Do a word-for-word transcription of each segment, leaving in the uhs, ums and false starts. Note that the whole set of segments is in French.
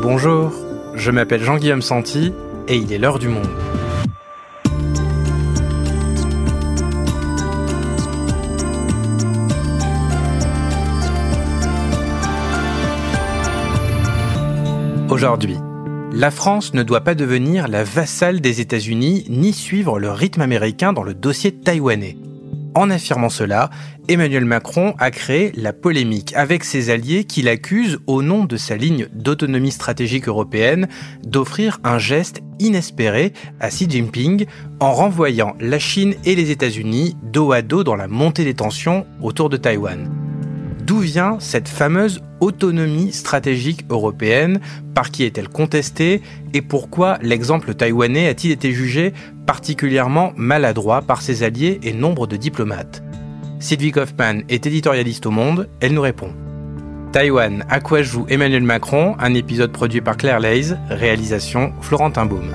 Bonjour, je m'appelle Jean-Guillaume Santi et il est l'heure du monde. Aujourd'hui, la France ne doit pas devenir la vassale des États-Unis ni suivre le rythme américain dans le dossier taïwanais. En affirmant cela, Emmanuel Macron a créé la polémique avec ses alliés qui l'accusent, au nom de sa ligne d'autonomie stratégique européenne, d'offrir un geste inespéré à Xi Jinping en renvoyant la Chine et les États-Unis dos à dos dans la montée des tensions autour de Taïwan. D'où vient cette fameuse autonomie stratégique européenne? Par qui est-elle contestée? Et pourquoi l'exemple taïwanais a-t-il été jugé particulièrement maladroit par ses alliés et nombre de diplomates? Sylvie Kaufmann est éditorialiste au Monde, elle nous répond. Taïwan, à quoi joue Emmanuel Macron? Un épisode produit par Claire Leys, réalisation Florentin Baume.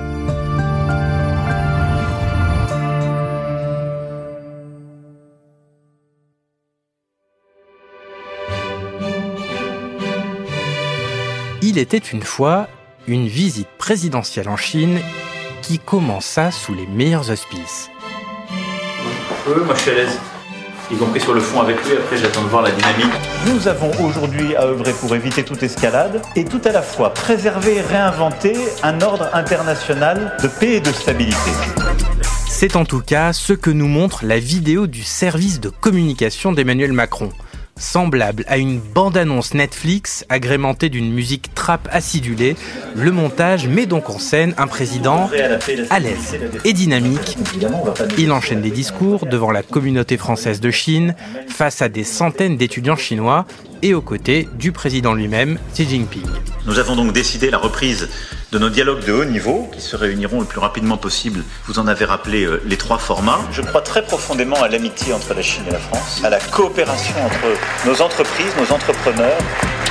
Il était une fois une visite présidentielle en Chine qui commença sous les meilleurs auspices. Oui, moi je suis à l'aise, y compris sur le fond avec lui, après j'attends de voir la dynamique. Nous avons aujourd'hui à œuvrer pour éviter toute escalade et tout à la fois préserver et réinventer un ordre international de paix et de stabilité. C'est en tout cas ce que nous montre la vidéo du service de communication d'Emmanuel Macron. Semblable à une bande-annonce Netflix agrémentée d'une musique trap acidulée, le montage met donc en scène un président à l'aise et dynamique. Il enchaîne des discours devant la communauté française de Chine, face à des centaines d'étudiants chinois et aux côtés du président lui-même, Xi Jinping. Nous avons donc décidé la reprise de nos dialogues de haut niveau, qui se réuniront le plus rapidement possible. Vous en avez rappelé euh, les trois formats. Je crois très profondément à l'amitié entre la Chine et la France, à la coopération entre nos entreprises, nos entrepreneurs.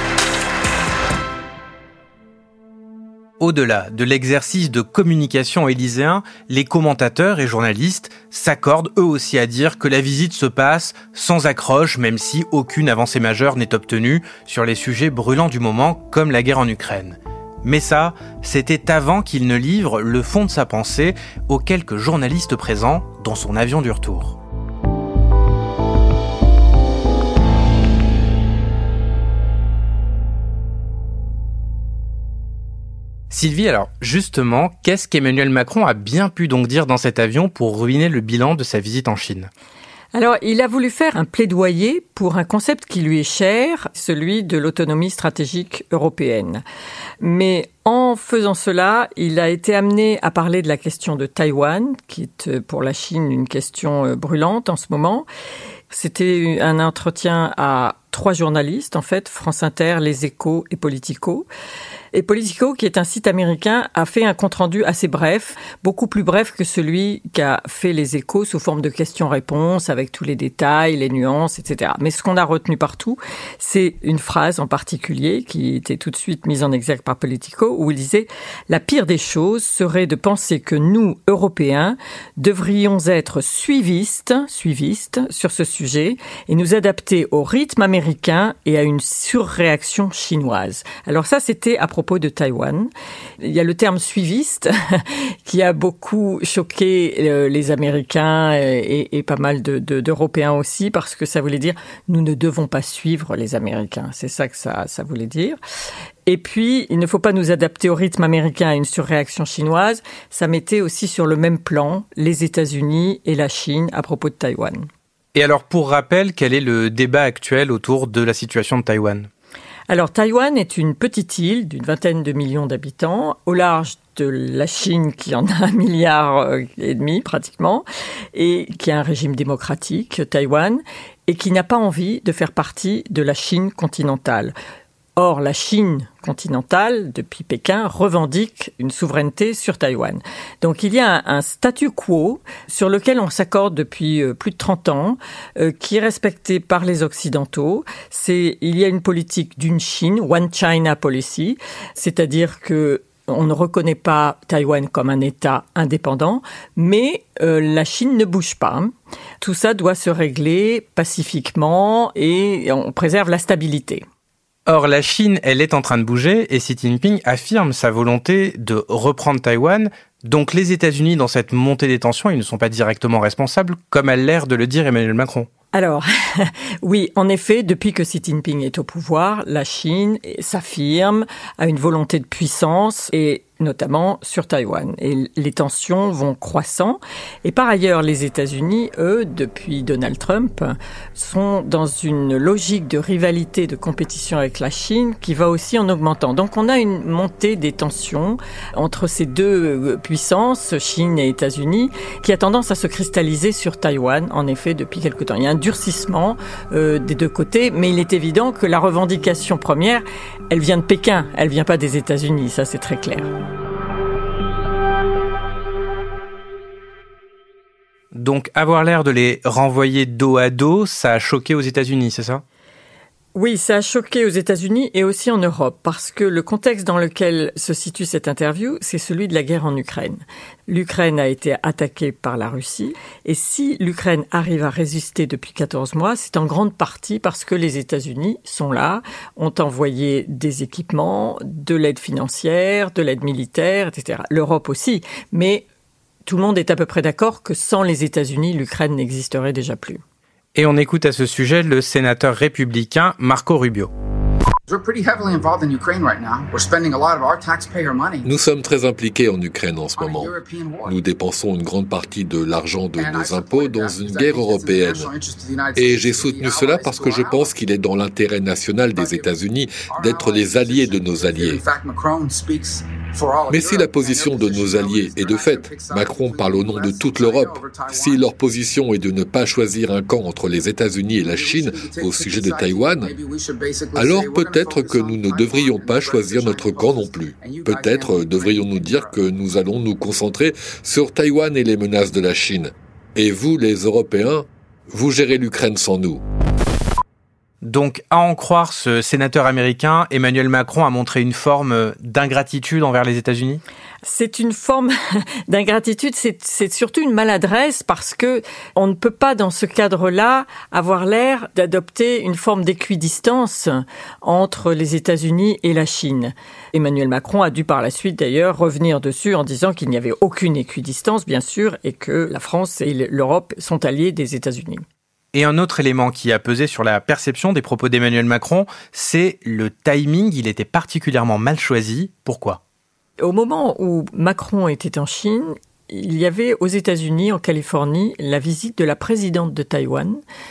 Au-delà de l'exercice de communication élyséen, les commentateurs et journalistes s'accordent eux aussi à dire que la visite se passe sans accroche, même si aucune avancée majeure n'est obtenue sur les sujets brûlants du moment, comme la guerre en Ukraine. Mais ça, c'était avant qu'il ne livre le fond de sa pensée aux quelques journalistes présents dans son avion du retour. Sylvie, alors justement, qu'est-ce qu'Emmanuel Macron a bien pu donc dire dans cet avion pour ruiner le bilan de sa visite en Chine ? Alors, il a voulu faire un plaidoyer pour un concept qui lui est cher, celui de l'autonomie stratégique européenne. Mais en faisant cela, il a été amené à parler de la question de Taïwan, qui est pour la Chine une question brûlante en ce moment. C'était un entretien à trois journalistes, en fait, France Inter, Les Échos et Politico. Et Politico, qui est un site américain, a fait un compte-rendu assez bref, beaucoup plus bref que celui qu'a fait Les Échos sous forme de questions-réponses avec tous les détails, les nuances, et cetera. Mais ce qu'on a retenu partout, c'est une phrase en particulier qui était tout de suite mise en exergue par Politico, où il disait « La pire des choses serait de penser que nous, Européens, devrions être suivistes, suivistes sur ce sujet et nous adapter au rythme américain et à une surréaction chinoise. » Alors ça, c'était à propos de Taïwan. Il y a le terme suiviste qui a beaucoup choqué les Américains et, et pas mal de, de, d'Européens aussi, parce que ça voulait dire nous ne devons pas suivre les Américains. C'est ça que ça, ça voulait dire. Et puis, il ne faut pas nous adapter au rythme américain à une surréaction chinoise. Ça mettait aussi sur le même plan les États-Unis et la Chine à propos de Taïwan. Et alors, pour rappel, quel est le débat actuel autour de la situation de Taïwan ? Alors, Taïwan est une petite île d'une vingtaine de millions d'habitants, au large de la Chine qui en a un milliard et demi pratiquement, et qui a un régime démocratique, Taïwan, et qui n'a pas envie de faire partie de la Chine continentale. Or, la Chine continentale, depuis Pékin, revendique une souveraineté sur Taïwan. Donc, il y a un, un statu quo sur lequel on s'accorde depuis euh, plus de trente ans, euh, qui est respecté par les Occidentaux. C'est, il y a une politique d'une Chine, One China Policy, c'est-à-dire que on ne reconnaît pas Taïwan comme un État indépendant, mais euh, la Chine ne bouge pas. Tout ça doit se régler pacifiquement et on préserve la stabilité. Or, la Chine, elle est en train de bouger et Xi Jinping affirme sa volonté de reprendre Taïwan. Donc les États-Unis, dans cette montée des tensions, ils ne sont pas directement responsables, comme a l'air de le dire Emmanuel Macron. Alors, oui, en effet, depuis que Xi Jinping est au pouvoir, la Chine s'affirme, a une volonté de puissance et notamment sur Taïwan. Et les tensions vont croissant. Et par ailleurs, les États-Unis, eux, depuis Donald Trump, sont dans une logique de rivalité, de compétition avec la Chine qui va aussi en augmentant. Donc on a une montée des tensions entre ces deux puissances, Chine et États-Unis, qui a tendance à se cristalliser sur Taïwan, en effet, depuis quelque temps. Il y a un durcissement euh, des deux côtés, mais il est évident que la revendication première, elle vient de Pékin, elle vient pas des États-Unis, ça c'est très clair. Donc avoir l'air de les renvoyer dos à dos, ça a choqué aux États-Unis, c'est ça ? Oui, ça a choqué aux États-Unis et aussi en Europe, parce que le contexte dans lequel se situe cette interview, c'est celui de la guerre en Ukraine. L'Ukraine a été attaquée par la Russie, et si l'Ukraine arrive à résister depuis quatorze mois, c'est en grande partie parce que les États-Unis sont là, ont envoyé des équipements, de l'aide financière, de l'aide militaire, et cetera. L'Europe aussi, mais tout le monde est à peu près d'accord que sans les États-Unis, l'Ukraine n'existerait déjà plus. Et on écoute à ce sujet le sénateur républicain Marco Rubio. Nous sommes très impliqués en Ukraine en ce moment. Nous dépensons une grande partie de l'argent de nos impôts dans une guerre européenne. Et j'ai soutenu cela parce que je pense qu'il est dans l'intérêt national des États-Unis d'être les alliés de nos alliés. Mais si la position de nos alliés est de fait, Macron parle au nom de toute l'Europe, si leur position est de ne pas choisir un camp entre les États-Unis et la Chine au sujet de Taïwan, alors peut-être que nous ne devrions pas choisir notre camp non plus. Peut-être devrions-nous dire que nous allons nous concentrer sur Taïwan et les menaces de la Chine. Et vous, les Européens, vous gérez l'Ukraine sans nous. Donc, à en croire ce sénateur américain, Emmanuel Macron a montré une forme d'ingratitude envers les États-Unis ? C'est une forme d'ingratitude, c'est, c'est surtout une maladresse parce que on ne peut pas dans ce cadre-là avoir l'air d'adopter une forme d'équidistance entre les États-Unis et la Chine. Emmanuel Macron a dû par la suite d'ailleurs revenir dessus en disant qu'il n'y avait aucune équidistance, bien sûr, et que la France et l'Europe sont alliés des États-Unis. Et un autre élément qui a pesé sur la perception des propos d'Emmanuel Macron, c'est le timing. Il était particulièrement mal choisi. Pourquoi ? Au moment où Macron était en Chine, il y avait aux États-Unis, en Californie, la visite de la présidente de Taïwan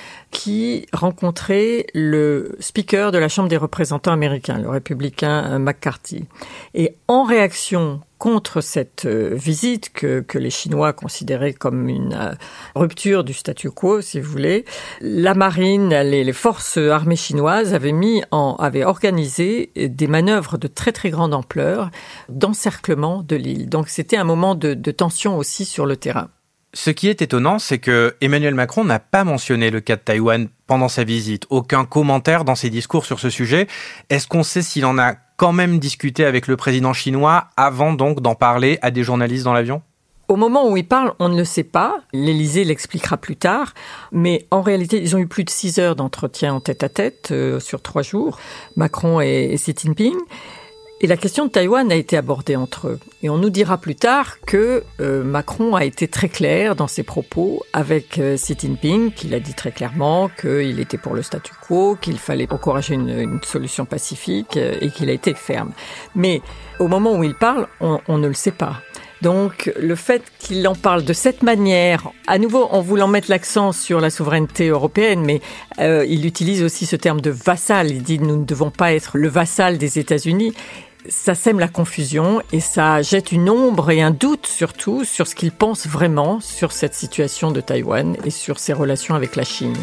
qui rencontrait le speaker de la Chambre des représentants américains, le républicain McCarthy. Et en réaction contre cette visite que, que les Chinois considéraient comme une rupture du statu quo, si vous voulez, la marine, les, les forces armées chinoises avaient mis en, avaient organisé des manœuvres de très très grande ampleur d'encerclement de l'île. Donc c'était un moment de, de tension aussi sur le terrain. Ce qui est étonnant, c'est que Emmanuel Macron n'a pas mentionné le cas de Taïwan pendant sa visite. Aucun commentaire dans ses discours sur ce sujet. Est-ce qu'on sait s'il en a quand même discuté avec le président chinois avant donc d'en parler à des journalistes dans l'avion ? Au moment où il parle, on ne le sait pas. L'Élysée l'expliquera plus tard. Mais en réalité, ils ont eu plus de six heures d'entretien en tête-à-tête euh, sur trois jours, Macron et, et Xi Jinping. Et la question de Taïwan a été abordée entre eux. Et on nous dira plus tard que euh, Macron a été très clair dans ses propos avec euh, Xi Jinping, qu'il a dit très clairement qu'il était pour le statu quo, qu'il fallait encourager une, une solution pacifique euh, et qu'il a été ferme. Mais au moment où il parle, on, on ne le sait pas. Donc le fait qu'il en parle de cette manière, à nouveau en voulant mettre l'accent sur la souveraineté européenne, mais euh, il utilise aussi ce terme de vassal, il dit nous ne devons pas être le vassal des États-Unis, ça sème la confusion et ça jette une ombre et un doute surtout sur ce qu'il pense vraiment sur cette situation de Taïwan et sur ses relations avec la Chine.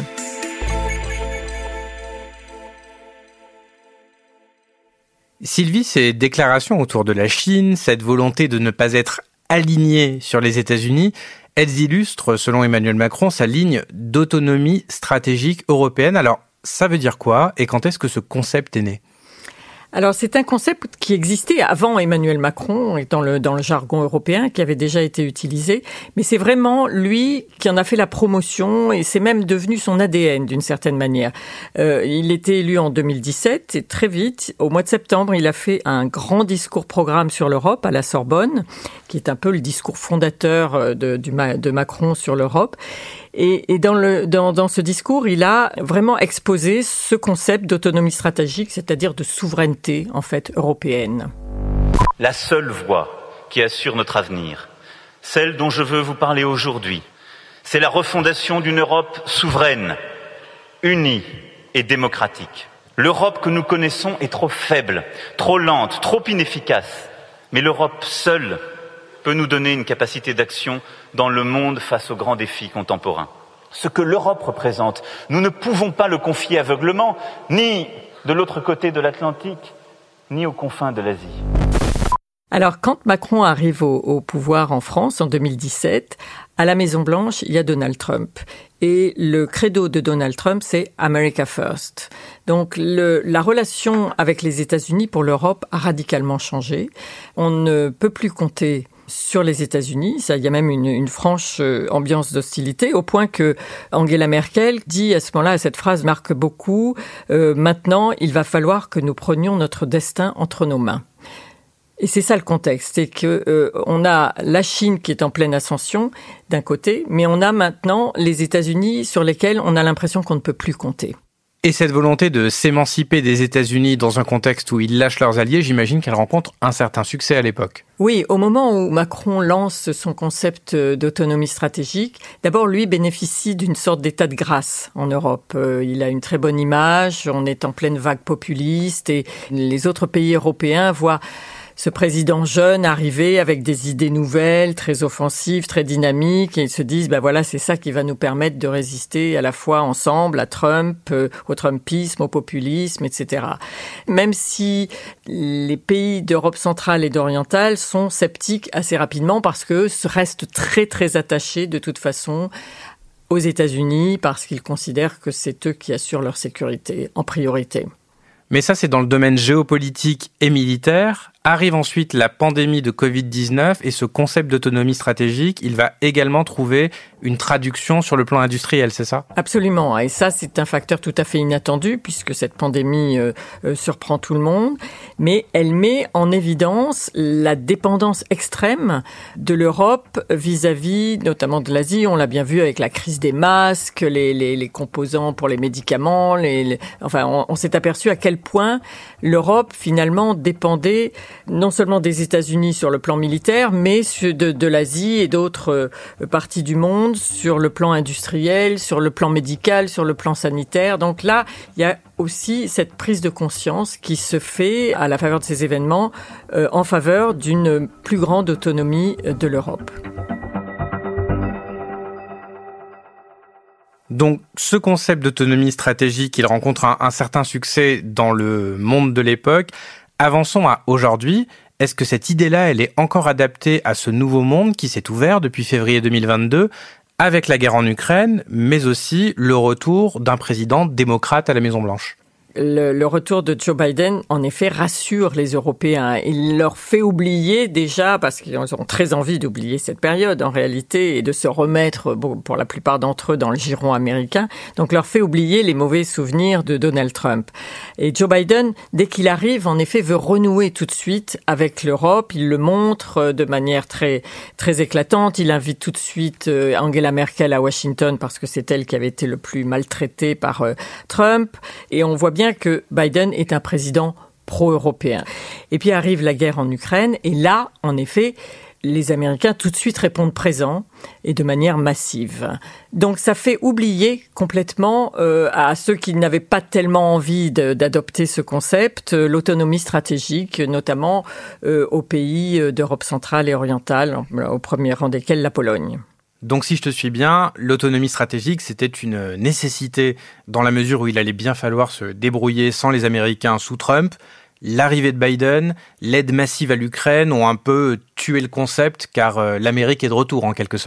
Sylvie, ces déclarations autour de la Chine, cette volonté de ne pas être aligné sur les États-Unis, elles illustrent, selon Emmanuel Macron, sa ligne d'autonomie stratégique européenne. Alors, ça veut dire quoi et quand est-ce que ce concept est né ? Alors, c'est un concept qui existait avant Emmanuel Macron et dans le, dans le jargon européen, qui avait déjà été utilisé. Mais c'est vraiment lui qui en a fait la promotion et c'est même devenu son A D N d'une certaine manière. Euh, il était élu en deux mille dix-sept et très vite, au mois de septembre, il a fait un grand discours programme sur l'Europe à la Sorbonne, qui est un peu le discours fondateur de, du, de Macron sur l'Europe. Et, et dans, le, dans, dans ce discours, il a vraiment exposé ce concept d'autonomie stratégique, c'est-à-dire de souveraineté, en fait, européenne. La seule voie qui assure notre avenir, celle dont je veux vous parler aujourd'hui, c'est la refondation d'une Europe souveraine, unie et démocratique. L'Europe que nous connaissons est trop faible, trop lente, trop inefficace. Mais l'Europe seule peut nous donner une capacité d'action dans le monde face aux grands défis contemporains. Ce que l'Europe représente, nous ne pouvons pas le confier aveuglement, ni de l'autre côté de l'Atlantique, ni aux confins de l'Asie. Alors, quand Macron arrive au, au pouvoir en France en deux mille dix-sept, à la Maison-Blanche, il y a Donald Trump. Et le credo de Donald Trump, c'est « America First ». Donc, le, la relation avec les États-Unis pour l'Europe a radicalement changé. On ne peut plus compter sur les États-Unis. Ça, il y a même une, une franche ambiance d'hostilité, au point que Angela Merkel dit à ce moment-là, cette phrase marque beaucoup, euh, « Maintenant, il va falloir que nous prenions notre destin entre nos mains ». Et c'est ça le contexte, c'est que euh, on a la Chine qui est en pleine ascension d'un côté, mais on a maintenant les États-Unis sur lesquels on a l'impression qu'on ne peut plus compter. Et cette volonté de s'émanciper des États-Unis dans un contexte où ils lâchent leurs alliés, j'imagine qu'elle rencontre un certain succès à l'époque. Oui, au moment où Macron lance son concept d'autonomie stratégique, d'abord lui bénéficie d'une sorte d'état de grâce en Europe. Il a une très bonne image, on est en pleine vague populiste et les autres pays européens voient ce président jeune arriver avec des idées nouvelles, très offensives, très dynamiques, et ils se disent, ben voilà, c'est ça qui va nous permettre de résister à la fois ensemble à Trump, euh, au Trumpisme, au populisme, et cetera. Même si les pays d'Europe centrale et d'orientale sont sceptiques assez rapidement parce qu'eux restent très très attachés de toute façon aux États-Unis parce qu'ils considèrent que c'est eux qui assurent leur sécurité en priorité. Mais ça, c'est dans le domaine géopolitique et militaire. Arrive ensuite la pandémie de covid dix-neuf et ce concept d'autonomie stratégique, il va également trouver une traduction sur le plan industriel, c'est ça ? Absolument. Et ça, c'est un facteur tout à fait inattendu puisque cette pandémie euh, euh, surprend tout le monde. Mais elle met en évidence la dépendance extrême de l'Europe vis-à-vis notamment de l'Asie. On l'a bien vu avec la crise des masques, les, les, les composants pour les médicaments. Les, les... Enfin, on, on s'est aperçu à quel point l'Europe, finalement, dépendait non seulement des États-Unis sur le plan militaire, mais de, de l'Asie et d'autres parties du monde sur le plan industriel, sur le plan médical, sur le plan sanitaire. Donc là, il y a aussi cette prise de conscience qui se fait à la faveur de ces événements euh, en faveur d'une plus grande autonomie de l'Europe. Donc, ce concept d'autonomie stratégique, il rencontre un, un certain succès dans le monde de l'époque. Avançons à aujourd'hui. Est-ce que cette idée-là, elle est encore adaptée à ce nouveau monde qui s'est ouvert depuis février deux mille vingt-deux, avec la guerre en Ukraine, mais aussi le retour d'un président démocrate à la Maison-Blanche ? Le, le retour de Joe Biden, en effet, rassure les Européens. Il leur fait oublier déjà, parce qu'ils ont très envie d'oublier cette période en réalité, et de se remettre, bon, pour la plupart d'entre eux, dans le giron américain. Donc, leur fait oublier les mauvais souvenirs de Donald Trump. Et Joe Biden, dès qu'il arrive, en effet, veut renouer tout de suite avec l'Europe. Il le montre de manière très, très éclatante. Il invite tout de suite Angela Merkel à Washington parce que c'est elle qui avait été le plus maltraitée par Trump. Et on voit bien que Biden est un président pro-européen. Et puis arrive la guerre en Ukraine, et là, en effet, les Américains tout de suite répondent présents et de manière massive. Donc ça fait oublier complètement euh, à ceux qui n'avaient pas tellement envie de, d'adopter ce concept, euh, l'autonomie stratégique, notamment euh, aux pays d'Europe centrale et orientale, au premier rang desquels la Pologne. Donc si je te suis bien, l'autonomie stratégique, c'était une nécessité dans la mesure où il allait bien falloir se débrouiller sans les Américains sous Trump. L'arrivée de Biden, l'aide massive à l'Ukraine ont un peu tué le concept car l'Amérique est de retour en quelque sorte.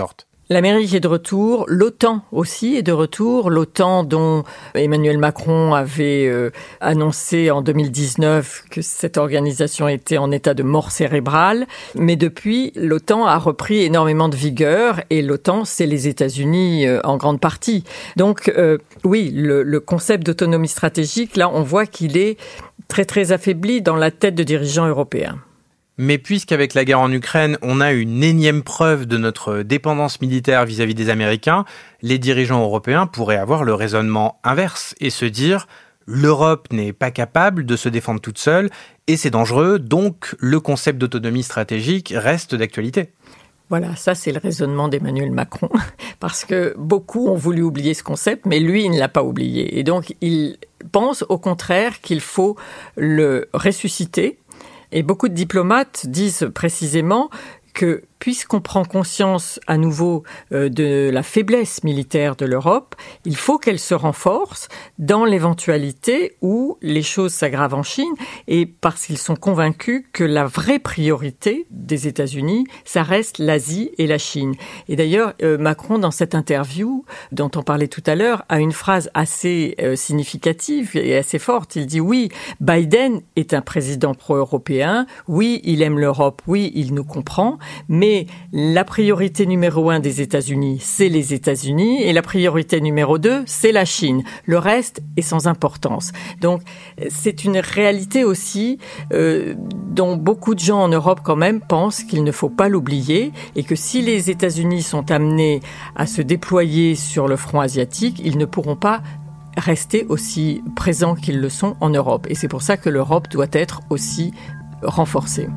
L'Amérique est de retour, l'OTAN aussi est de retour, l'OTAN dont Emmanuel Macron avait euh, annoncé en deux mille dix-neuf que cette organisation était en état de mort cérébrale, mais depuis, l'OTAN a repris énormément de vigueur et l'OTAN, c'est les États-Unis euh, en grande partie. Donc euh, oui, le, le concept d'autonomie stratégique, là, on voit qu'il est très très affaibli dans la tête de dirigeants européens. Mais puisqu'avec la guerre en Ukraine, on a une énième preuve de notre dépendance militaire vis-à-vis des Américains, les dirigeants européens pourraient avoir le raisonnement inverse et se dire « l'Europe n'est pas capable de se défendre toute seule et c'est dangereux, donc le concept d'autonomie stratégique reste d'actualité ». Voilà, ça c'est le raisonnement d'Emmanuel Macron, parce que beaucoup ont voulu oublier ce concept, mais lui, il ne l'a pas oublié. Et donc, il pense au contraire qu'il faut le ressusciter. Et beaucoup de diplomates disent précisément que puisqu'on prend conscience à nouveau euh, de la faiblesse militaire de l'Europe, il faut qu'elle se renforce dans l'éventualité où les choses s'aggravent en Chine et parce qu'ils sont convaincus que la vraie priorité des États-Unis, ça reste l'Asie et la Chine. Et d'ailleurs, euh, Macron, dans cette interview dont on parlait tout à l'heure, a une phrase assez euh, significative et assez forte. Il dit « Oui, Biden est un président pro-européen, oui, il aime l'Europe, oui, il nous comprend, mais Mais la priorité numéro un des États-Unis, c'est les États-Unis, et la priorité numéro deux, c'est la Chine. Le reste est sans importance. Donc, c'est une réalité aussi euh, dont beaucoup de gens en Europe quand même pensent qu'il ne faut pas l'oublier, et que si les États-Unis sont amenés à se déployer sur le front asiatique, ils ne pourront pas rester aussi présents qu'ils le sont en Europe. Et c'est pour ça que l'Europe doit être aussi renforcée.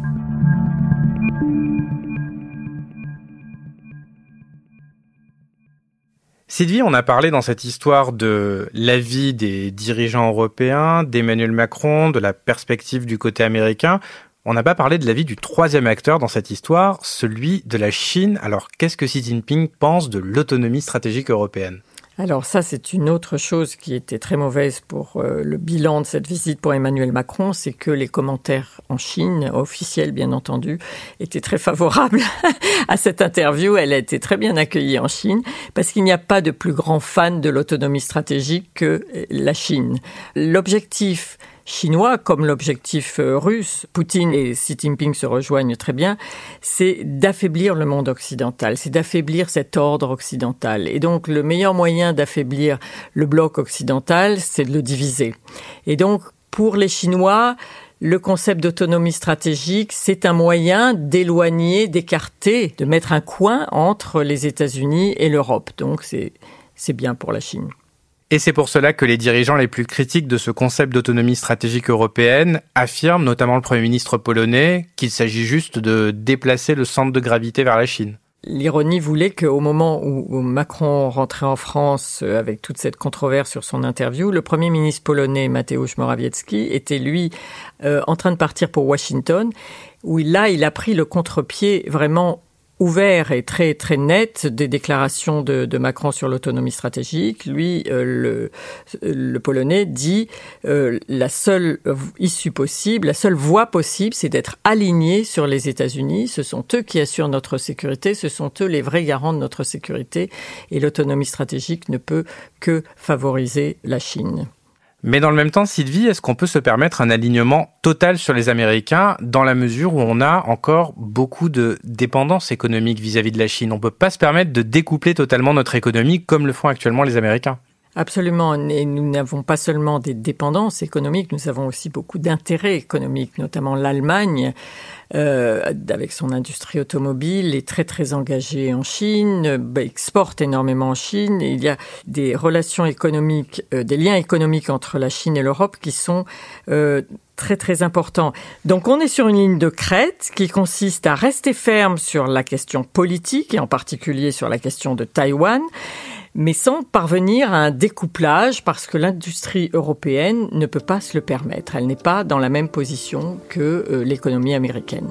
Sylvie, on a parlé dans cette histoire de l'avis des dirigeants européens, d'Emmanuel Macron, de la perspective du côté américain. On n'a pas parlé de l'avis du troisième acteur dans cette histoire, celui de la Chine. Alors, qu'est-ce que Xi Jinping pense de l'autonomie stratégique européenne ? Alors ça, c'est une autre chose qui était très mauvaise pour euh, le bilan de cette visite pour Emmanuel Macron, c'est que les commentaires en Chine, officiels bien entendu, étaient très favorables à cette interview. Elle a été très bien accueillie en Chine parce qu'il n'y a pas de plus grand fan de l'autonomie stratégique que la Chine. L'objectif chinois, comme l'objectif russe, Poutine et Xi Jinping se rejoignent très bien, c'est d'affaiblir le monde occidental, c'est d'affaiblir cet ordre occidental. Et donc, le meilleur moyen d'affaiblir le bloc occidental, c'est de le diviser. Et donc, pour les Chinois, le concept d'autonomie stratégique, c'est un moyen d'éloigner, d'écarter, de mettre un coin entre les États-Unis et l'Europe. Donc, c'est, c'est bien pour la Chine. Et c'est pour cela que les dirigeants les plus critiques de ce concept d'autonomie stratégique européenne affirment, notamment le Premier ministre polonais, qu'il s'agit juste de déplacer le centre de gravité vers la Chine. L'ironie voulait qu'au moment où Macron rentrait en France avec toute cette controverse sur son interview, le Premier ministre polonais Mateusz Morawiecki était lui euh, en train de partir pour Washington, où là il a pris le contre-pied vraiment ouvert et très très net des déclarations de, de Macron sur l'autonomie stratégique. Lui, euh, le, le Polonais dit euh, la seule issue possible, la seule voie possible, c'est d'être aligné sur les États-Unis. Ce sont eux qui assurent notre sécurité, ce sont eux les vrais garants de notre sécurité. Et l'autonomie stratégique ne peut que favoriser la Chine. Mais dans le même temps, Sylvie, est-ce qu'on peut se permettre un alignement total sur les Américains dans la mesure où on a encore beaucoup de dépendance économique vis-à-vis de la Chine ? On ne peut pas se permettre de découpler totalement notre économie comme le font actuellement les Américains. Absolument. Et nous n'avons pas seulement des dépendances économiques, nous avons aussi beaucoup d'intérêts économiques, notamment l'Allemagne, euh, avec son industrie automobile, est très très engagée en Chine, bah, exporte énormément en Chine. Et il y a des relations économiques, euh, des liens économiques entre la Chine et l'Europe qui sont euh, très très importants. Donc on est sur une ligne de crête qui consiste à rester ferme sur la question politique et en particulier sur la question de Taïwan, mais sans parvenir à un découplage parce que l'industrie européenne ne peut pas se le permettre. Elle n'est pas dans la même position que euh, l'économie américaine.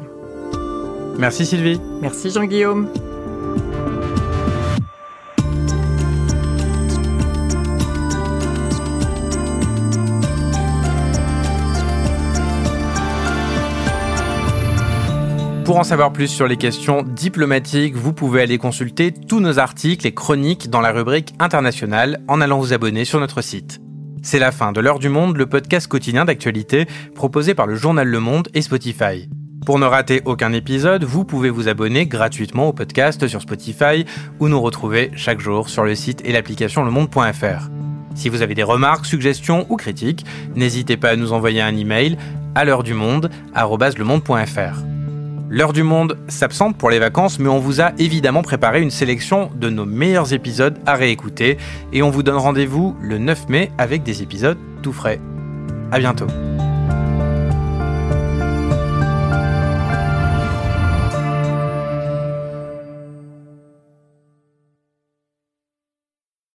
Merci Sylvie. Merci Jean-Guillaume. Pour en savoir plus sur les questions diplomatiques, vous pouvez aller consulter tous nos articles et chroniques dans la rubrique internationale en allant vous abonner sur notre site. C'est la fin de l'Heure du Monde, le podcast quotidien d'actualité proposé par le journal Le Monde et Spotify. Pour ne rater aucun épisode, vous pouvez vous abonner gratuitement au podcast sur Spotify ou nous retrouver chaque jour sur le site et l'application lemonde point f r. Si vous avez des remarques, suggestions ou critiques, n'hésitez pas à nous envoyer un email à l'heure du monde arobase lemonde point f r. L'Heure du Monde s'absente pour les vacances, mais on vous a évidemment préparé une sélection de nos meilleurs épisodes à réécouter et on vous donne rendez-vous le neuf mai avec des épisodes tout frais. À bientôt.